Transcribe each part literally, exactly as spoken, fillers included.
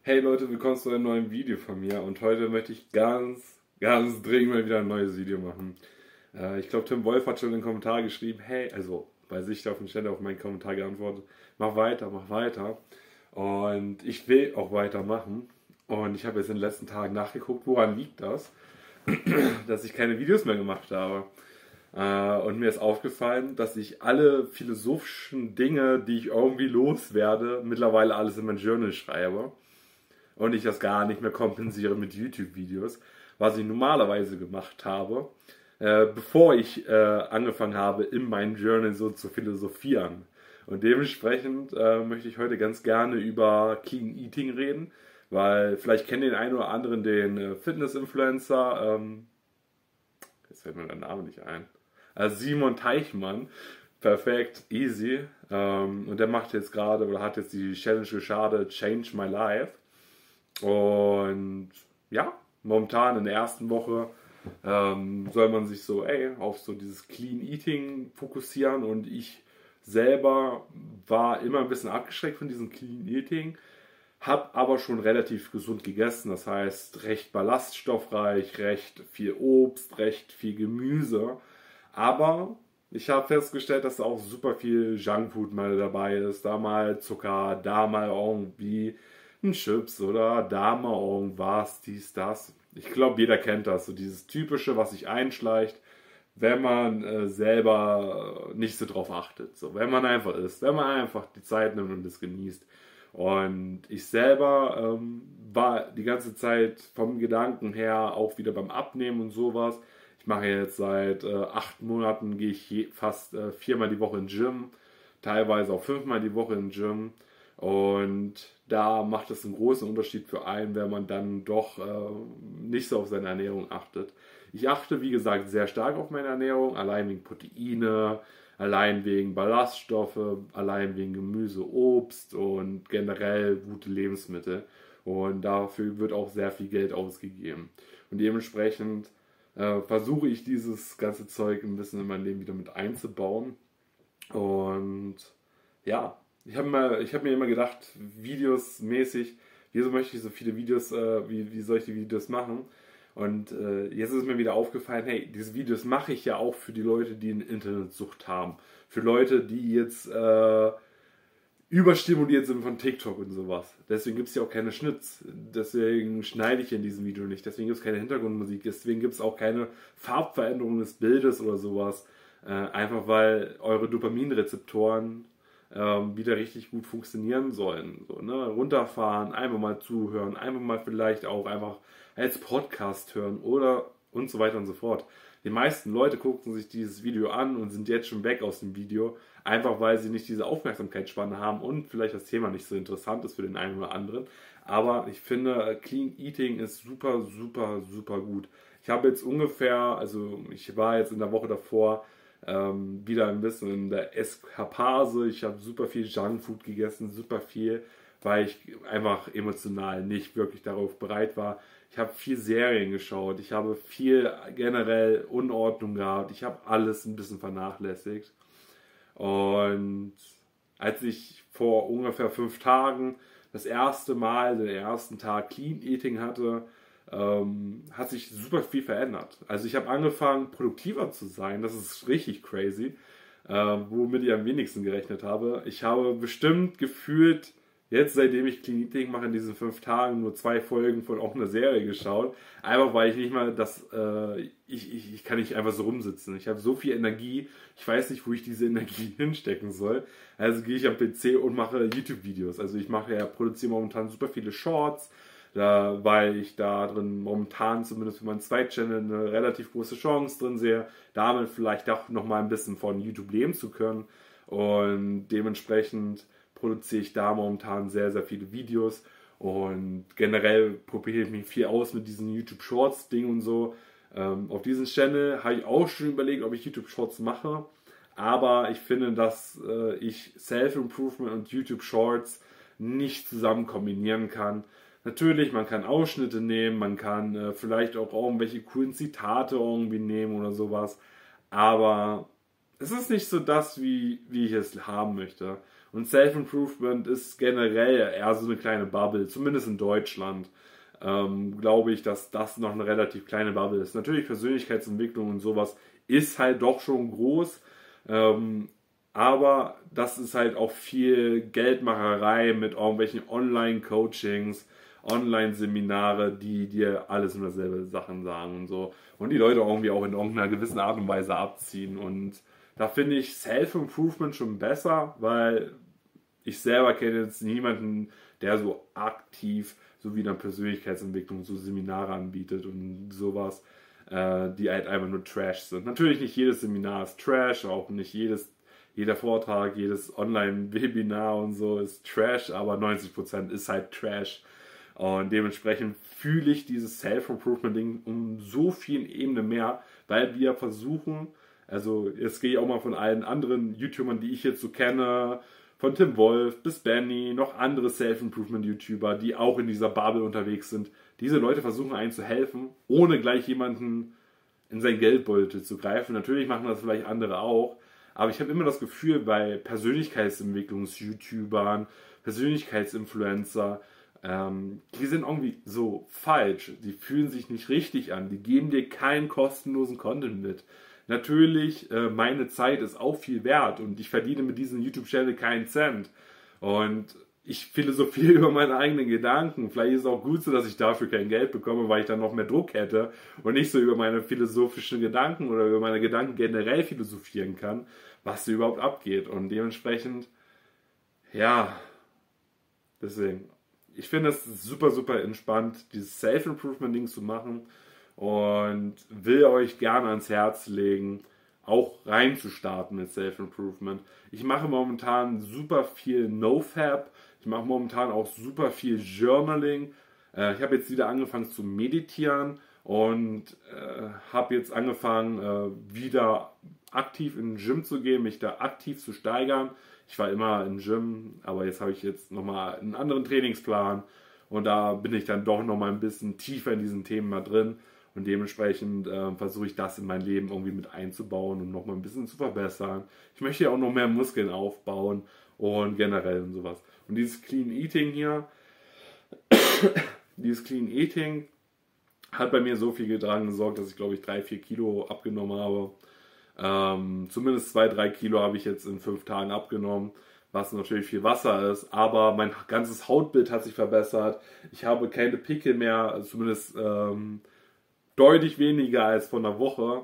Hey Leute, willkommen zu einem neuen Video von mir und heute möchte ich ganz, ganz dringend mal wieder ein neues Video machen. Äh, ich glaube, Tim Wolf hat schon in den Kommentar geschrieben, hey, also bei sich auf den Stelle auf meinen Kommentar geantwortet, mach weiter, mach weiter. Und ich will auch weitermachen. Und ich habe jetzt in den letzten Tagen nachgeguckt, woran liegt das, dass ich keine Videos mehr gemacht habe. Uh, und mir ist aufgefallen, dass ich alle philosophischen Dinge, die ich irgendwie loswerde, mittlerweile alles in mein Journal schreibe. Und ich das gar nicht mehr kompensiere mit YouTube-Videos, was ich normalerweise gemacht habe, äh, bevor ich äh, angefangen habe, in meinem Journal so zu philosophieren. Und dementsprechend äh, möchte ich heute ganz gerne über Clean Eating reden, weil vielleicht kennt den einen oder anderen den äh, Fitness-Influencer, ähm, jetzt fällt mir der Name nicht ein, also Simon Teichmann, perfekt, easy. Ähm, und der macht jetzt gerade oder hat jetzt die Challenge gestartet, Change My Life. Und ja, momentan in der ersten Woche ähm, soll man sich so ey, auf so dieses Clean Eating fokussieren. Und ich selber war immer ein bisschen abgeschreckt von diesem Clean Eating, habe aber schon relativ gesund gegessen. Das heißt, recht ballaststoffreich, recht viel Obst, recht viel Gemüse. Aber ich habe festgestellt, dass da auch super viel Junkfood mal dabei ist. Da mal Zucker, da mal irgendwie ein Chips oder da mal irgendwas, dies, das. Ich glaube, jeder kennt das. So dieses Typische, was sich einschleicht, wenn man äh, selber nicht so drauf achtet. So, wenn man einfach isst, wenn man einfach die Zeit nimmt und es genießt. Und ich selber ähm, war die ganze Zeit vom Gedanken her auch wieder beim Abnehmen und sowas. Ich mache jetzt seit äh, acht Monaten, gehe ich je, fast äh, viermal die Woche in den Gym, teilweise auch fünfmal die Woche in den Gym. Und da macht es einen großen Unterschied für einen, wenn man dann doch äh, nicht so auf seine Ernährung achtet. Ich achte, wie gesagt, sehr stark auf meine Ernährung, allein wegen Proteine, allein wegen Ballaststoffe, allein wegen Gemüse, Obst und generell gute Lebensmittel. Und dafür wird auch sehr viel Geld ausgegeben. Und dementsprechend äh, versuche ich dieses ganze Zeug ein bisschen in mein Leben wieder mit einzubauen. Und ja, ich habe mir, hab mir immer gedacht, Videos mäßig, wieso möchte ich so viele Videos, äh, wie, wie soll ich die Videos machen? Und äh, jetzt ist mir wieder aufgefallen, hey, diese Videos mache ich ja auch für die Leute, die eine Internetsucht haben. Für Leute, die jetzt äh, überstimuliert sind von TikTok und sowas. Deswegen gibt es ja auch keine Schnitts. Deswegen schneide ich in diesem Video nicht. Deswegen gibt es keine Hintergrundmusik. Deswegen gibt es auch keine Farbveränderung des Bildes oder sowas. Äh, einfach weil eure Dopaminrezeptoren ähm, wieder richtig gut funktionieren sollen. So, ne? Runterfahren, einfach mal zuhören, einfach mal vielleicht auch einfach als Podcast hören oder und so weiter und so fort. Die meisten Leute gucken sich dieses Video an und sind jetzt schon weg aus dem Video, einfach weil sie nicht diese Aufmerksamkeitsspanne haben und vielleicht das Thema nicht so interessant ist für den einen oder anderen. Aber ich finde, Clean Eating ist super, super, super gut. Ich habe jetzt ungefähr, also ich war jetzt in der Woche davor ähm, wieder ein bisschen in der Eskapase. Ich habe super viel Junkfood gegessen, super viel, weil ich einfach emotional nicht wirklich darauf bereit war. Ich habe viel Serien geschaut, ich habe viel generell Unordnung gehabt, ich habe alles ein bisschen vernachlässigt. Und als ich vor ungefähr fünf Tagen das erste Mal, den ersten Tag Clean Eating hatte, ähm, hat sich super viel verändert. Also ich habe angefangen, produktiver zu sein, das ist richtig crazy, äh, womit ich am wenigsten gerechnet habe. Ich habe bestimmt gefühlt, jetzt seitdem ich Clean Eating mache, in diesen fünf Tagen nur zwei Folgen von auch einer Serie geschaut. Einfach weil ich nicht mal das, äh, ich, ich, ich kann nicht einfach so rumsitzen. Ich habe so viel Energie, ich weiß nicht, wo ich diese Energie hinstecken soll. Also gehe ich am P C und mache YouTube-Videos. Also ich mache ja, produziere momentan super viele Shorts, da, weil ich da drin momentan zumindest für meinen Zweit-Channel eine relativ große Chance drin sehe, damit vielleicht auch nochmal ein bisschen von YouTube leben zu können. Und dementsprechend produziere ich da momentan sehr, sehr viele Videos und generell probiere ich mich viel aus mit diesen YouTube Shorts Ding und so. Ähm, auf diesem Channel habe ich auch schon überlegt, ob ich YouTube Shorts mache, aber ich finde, dass äh, ich Self-Improvement und YouTube Shorts nicht zusammen kombinieren kann. Natürlich, man kann Ausschnitte nehmen, man kann äh, vielleicht auch irgendwelche coolen Zitate irgendwie nehmen oder sowas, aber es ist nicht so das, wie, wie ich es haben möchte. Und Self-Improvement ist generell eher so eine kleine Bubble, zumindest in Deutschland. Ähm, glaube ich, dass das noch eine relativ kleine Bubble ist. Natürlich Persönlichkeitsentwicklung und sowas ist halt doch schon groß, ähm, aber das ist halt auch viel Geldmacherei mit irgendwelchen Online-Coachings, Online-Seminare, die dir alles nur dasselbe Sachen sagen und so. Und die Leute irgendwie auch in irgendeiner gewissen Art und Weise abziehen. Und da finde ich Self-Improvement schon besser, weil ich selber kenne jetzt niemanden, der so aktiv, so wie in der Persönlichkeitsentwicklung, so Seminare anbietet und sowas, äh, die halt einfach nur Trash sind. Natürlich nicht jedes Seminar ist Trash, auch nicht jedes, jeder Vortrag, jedes Online-Webinar und so ist Trash, aber neunzig Prozent ist halt Trash. Und dementsprechend fühle ich dieses Self-Improvement-Ding um so vielen Ebenen mehr, weil wir versuchen, also jetzt gehe ich auch mal von allen anderen YouTubern, die ich jetzt so kenne, von Tim Wolf bis Benny, noch andere Self-Improvement-YouTuber, die auch in dieser Bubble unterwegs sind. Diese Leute versuchen einen zu helfen, ohne gleich jemanden in sein Geldbeutel zu greifen. Natürlich machen das vielleicht andere auch, aber ich habe immer das Gefühl, bei Persönlichkeitsentwicklungs-YouTubern, Persönlichkeitsinfluencer, ähm, die sind irgendwie so falsch. Die fühlen sich nicht richtig an. Die geben dir keinen kostenlosen Content mit. Natürlich, äh, meine Zeit ist auch viel wert und ich verdiene mit diesem YouTube-Channel keinen Cent. Und ich philosophiere über meine eigenen Gedanken. Vielleicht ist es auch gut so, dass ich dafür kein Geld bekomme, weil ich dann noch mehr Druck hätte und nicht so über meine philosophischen Gedanken oder über meine Gedanken generell philosophieren kann, was da überhaupt abgeht. Und dementsprechend, ja, deswegen, ich finde es super, super entspannt, dieses Self-Improvement-Ding zu machen. Und will euch gerne ans Herz legen, auch reinzustarten mit Self-Improvement. Ich mache momentan super viel NoFap. Ich mache momentan auch super viel Journaling. Äh, ich habe jetzt wieder angefangen zu meditieren und äh, habe jetzt angefangen, äh, wieder aktiv in den Gym zu gehen, mich da aktiv zu steigern. Ich war immer im Gym, aber jetzt habe ich jetzt nochmal einen anderen Trainingsplan und da bin ich dann doch nochmal ein bisschen tiefer in diesen Themen mal drin. Und dementsprechend äh, versuche ich das in mein Leben irgendwie mit einzubauen und nochmal ein bisschen zu verbessern. Ich möchte ja auch noch mehr Muskeln aufbauen und generell und sowas. Und dieses Clean Eating hier, dieses Clean Eating hat bei mir so viel dran gesorgt, dass ich glaube ich drei, vier Kilo abgenommen habe. Ähm, zumindest zwei, drei Kilo habe ich jetzt in fünf Tagen abgenommen, was natürlich viel Wasser ist. Aber mein ganzes Hautbild hat sich verbessert. Ich habe keine Pickel mehr, also zumindest Ähm, deutlich weniger als vor einer Woche.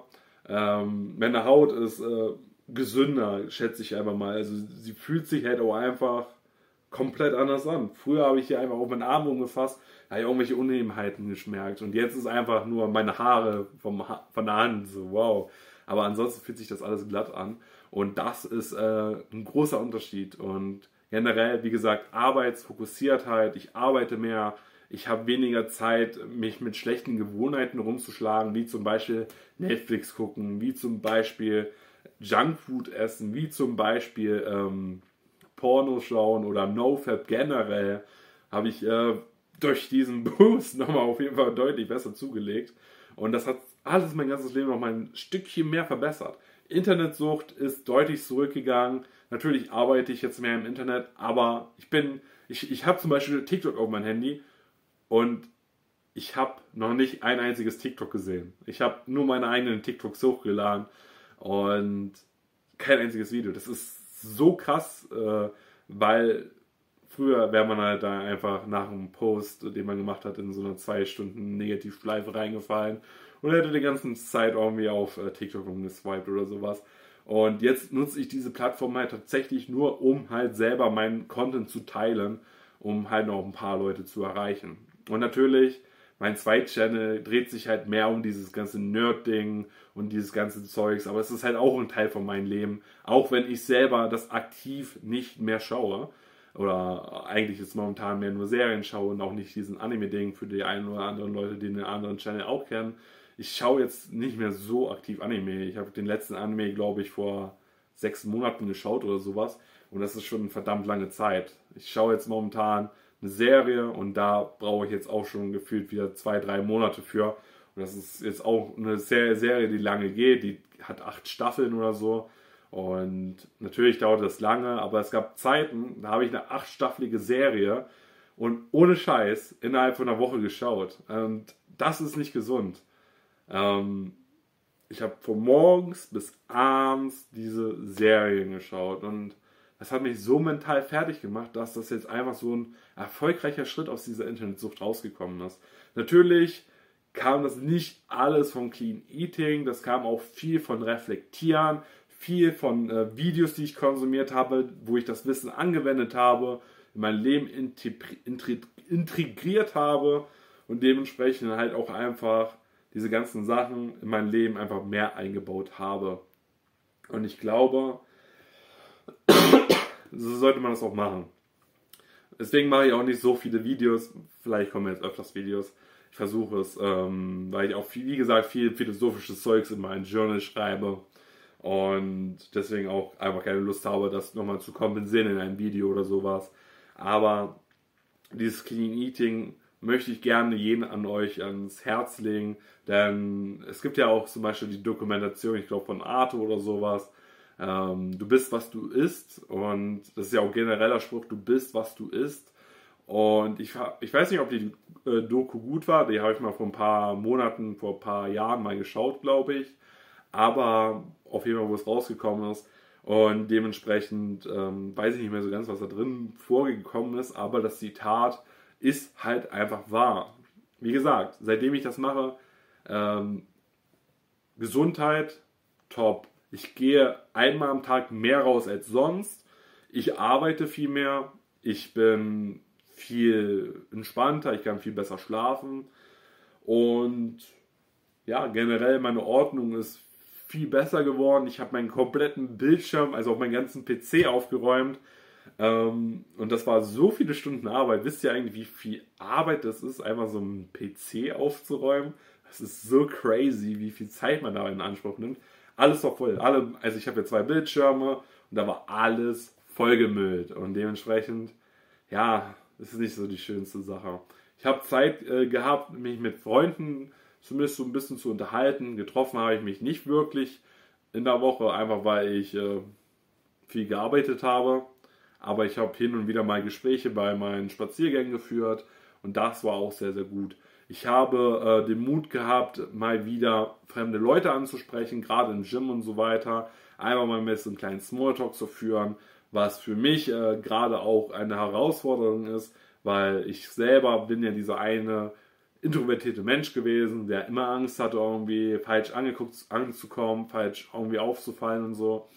Ähm, meine Haut ist äh, gesünder, schätze ich einfach mal. Also sie fühlt sich halt auch einfach komplett anders an. Früher habe ich hier einfach auf meinen Arm umgefasst, habe ich irgendwelche Unebenheiten geschmerzt. Und jetzt ist einfach nur meine Haare vom ha- von der Hand so, wow. Aber ansonsten fühlt sich das alles glatt an. Und das ist äh, ein großer Unterschied. Und generell, wie gesagt, Arbeitsfokussiertheit. Ich arbeite mehr. Ich habe weniger Zeit, mich mit schlechten Gewohnheiten rumzuschlagen, wie zum Beispiel Netflix gucken, wie zum Beispiel Junkfood essen, wie zum Beispiel ähm, Porno schauen oder NoFap generell, habe ich äh, durch diesen Boost nochmal auf jeden Fall deutlich besser zugelegt. Und das hat alles mein ganzes Leben noch mal ein Stückchen mehr verbessert. Internetsucht ist deutlich zurückgegangen. Natürlich arbeite ich jetzt mehr im Internet, aber ich bin, ich, ich habe zum Beispiel TikTok auf meinem Handy. Und ich habe noch nicht ein einziges TikTok gesehen. Ich habe nur meine eigenen TikToks hochgeladen und kein einziges Video. Das ist so krass, äh, weil früher wäre man halt da einfach nach einem Post, den man gemacht hat, in so einer zwei Stunden Negativschleife reingefallen und hätte die ganze Zeit irgendwie auf äh, TikTok rumgeswiped oder sowas. Und jetzt nutze ich diese Plattform halt tatsächlich nur, um halt selber meinen Content zu teilen, um halt noch ein paar Leute zu erreichen. Und natürlich, mein Zweit-Channel dreht sich halt mehr um dieses ganze Nerd-Ding und dieses ganze Zeugs, aber es ist halt auch ein Teil von meinem Leben, auch wenn ich selber das aktiv nicht mehr schaue oder eigentlich jetzt momentan mehr nur Serien schaue und auch nicht diesen Anime-Ding für die einen oder anderen Leute, die den anderen Channel auch kennen. Ich schaue jetzt nicht mehr so aktiv Anime. Ich habe den letzten Anime, glaube ich, vor sechs Monaten geschaut oder sowas und das ist schon eine verdammt lange Zeit. Ich schaue jetzt momentan eine Serie und da brauche ich jetzt auch schon gefühlt wieder zwei, drei Monate für. Und das ist jetzt auch eine Serie, die lange geht, die hat acht Staffeln oder so. Und natürlich dauert das lange, aber es gab Zeiten, da habe ich eine achtstaffelige Serie und ohne Scheiß innerhalb von einer Woche geschaut. Und das ist nicht gesund. Ähm, ich habe von morgens bis abends diese Serien geschaut und das hat mich so mental fertig gemacht, dass das jetzt einfach so ein erfolgreicher Schritt aus dieser Internetsucht rausgekommen ist. Natürlich kam das nicht alles von Clean Eating, das kam auch viel von Reflektieren, viel von äh, Videos, die ich konsumiert habe, wo ich das Wissen angewendet habe, in mein Leben integriert habe und dementsprechend halt auch einfach diese ganzen Sachen in mein Leben einfach mehr eingebaut habe. Und ich glaube, so sollte man das auch machen. Deswegen mache ich auch nicht so viele Videos. Vielleicht kommen jetzt öfters Videos. Ich versuche es, ähm, weil ich auch, viel, wie gesagt, viel philosophisches Zeugs in meinem Journal schreibe. Und deswegen auch einfach keine Lust habe, das nochmal zu kompensieren in einem Video oder sowas. Aber dieses Clean Eating möchte ich gerne jeden an euch ans Herz legen. Denn es gibt ja auch zum Beispiel die Dokumentation, ich glaube von Arte oder sowas. Ähm, du bist, was du isst. Und das ist ja auch ein genereller Spruch, du bist, was du isst. Und ich, ich weiß nicht, ob die äh, Doku gut war. Die habe ich mal vor ein paar Monaten, vor ein paar Jahren mal geschaut, glaube ich. Aber auf jeden Fall, wo es rausgekommen ist. Und dementsprechend ähm, weiß ich nicht mehr so ganz, was da drin vorgekommen ist. Aber das Zitat ist halt einfach wahr. Wie gesagt, seitdem ich das mache, ähm, Gesundheit, top. Ich gehe einmal am Tag mehr raus als sonst. Ich arbeite viel mehr. Ich bin viel entspannter. Ich kann viel besser schlafen. Und ja, generell meine Ordnung ist viel besser geworden. Ich habe meinen kompletten Bildschirm, also auch meinen ganzen P C aufgeräumt. Ähm, und das war so viele Stunden Arbeit. Wisst ihr eigentlich, wie viel Arbeit das ist, einfach so einen P C aufzuräumen? Das ist so crazy, wie viel Zeit man da in Anspruch nimmt. Alles war voll. Alle, also ich habe ja zwei Bildschirme und da war alles vollgemüllt. Und dementsprechend, ja, das ist nicht so die schönste Sache. Ich habe Zeit äh, gehabt, mich mit Freunden zumindest so ein bisschen zu unterhalten. Getroffen habe ich mich nicht wirklich in der Woche, einfach weil ich äh, viel gearbeitet habe. Aber ich habe hin und wieder mal Gespräche bei meinen Spaziergängen geführt und das war auch sehr, sehr gut. Ich habe äh, den Mut gehabt, mal wieder fremde Leute anzusprechen, gerade im Gym und so weiter. Einfach mal mit so einem kleinen Smalltalk zu führen, was für mich äh, gerade auch eine Herausforderung ist, weil ich selber bin ja dieser eine introvertierte Mensch gewesen, der immer Angst hatte, irgendwie falsch angeguckt anzukommen, falsch irgendwie aufzufallen und so.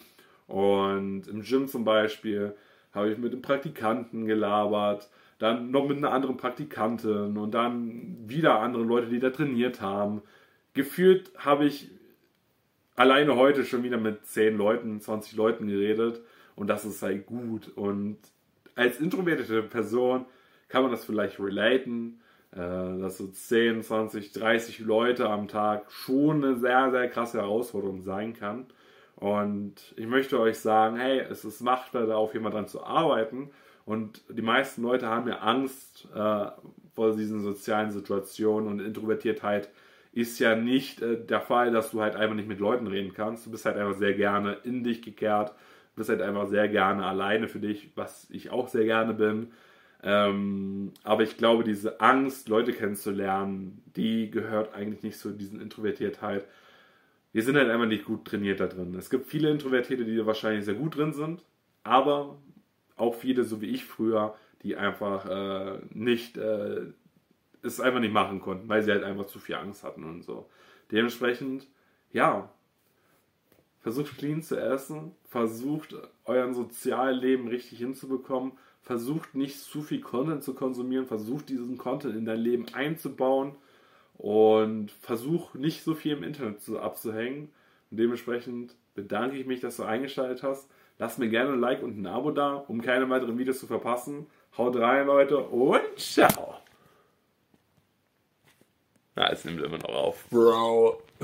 Und im Gym zum Beispiel habe ich mit einem Praktikanten gelabert, dann noch mit einer anderen Praktikantin und dann wieder andere Leute, die da trainiert haben. Gefühlt habe ich alleine heute schon wieder mit zehn Leuten, zwanzig Leuten geredet und das ist halt gut. Und als introvertierte Person kann man das vielleicht relaten, dass so zehn, zwanzig, dreißig Leute am Tag schon eine sehr, sehr krasse Herausforderung sein kann. Und ich möchte euch sagen, hey, es ist machbar, da auf jemand dran zu arbeiten. Und die meisten Leute haben ja Angst äh, vor diesen sozialen Situationen und Introvertiertheit ist ja nicht äh, der Fall, dass du halt einfach nicht mit Leuten reden kannst. Du bist halt einfach sehr gerne in dich gekehrt, du bist halt einfach sehr gerne alleine für dich, was ich auch sehr gerne bin. Ähm, aber ich glaube, diese Angst, Leute kennenzulernen, die gehört eigentlich nicht zu diesen Introvertiertheit. Wir sind halt einfach nicht gut trainiert da drin. Es gibt viele Introvertierte, die wahrscheinlich sehr gut drin sind, aber auch viele, so wie ich früher, die einfach äh, nicht äh, es einfach nicht machen konnten, weil sie halt einfach zu viel Angst hatten und so. Dementsprechend, ja, versucht clean zu essen, versucht euren Sozialleben richtig hinzubekommen, versucht nicht zu viel Content zu konsumieren, versucht diesen Content in dein Leben einzubauen und versucht nicht so viel im Internet zu, abzuhängen. Und dementsprechend bedanke ich mich, dass du eingeschaltet hast. Lass mir gerne ein Like und ein Abo da, um keine weiteren Videos zu verpassen. Haut rein, Leute, und ciao! Ja, es nimmt immer noch auf. Bro.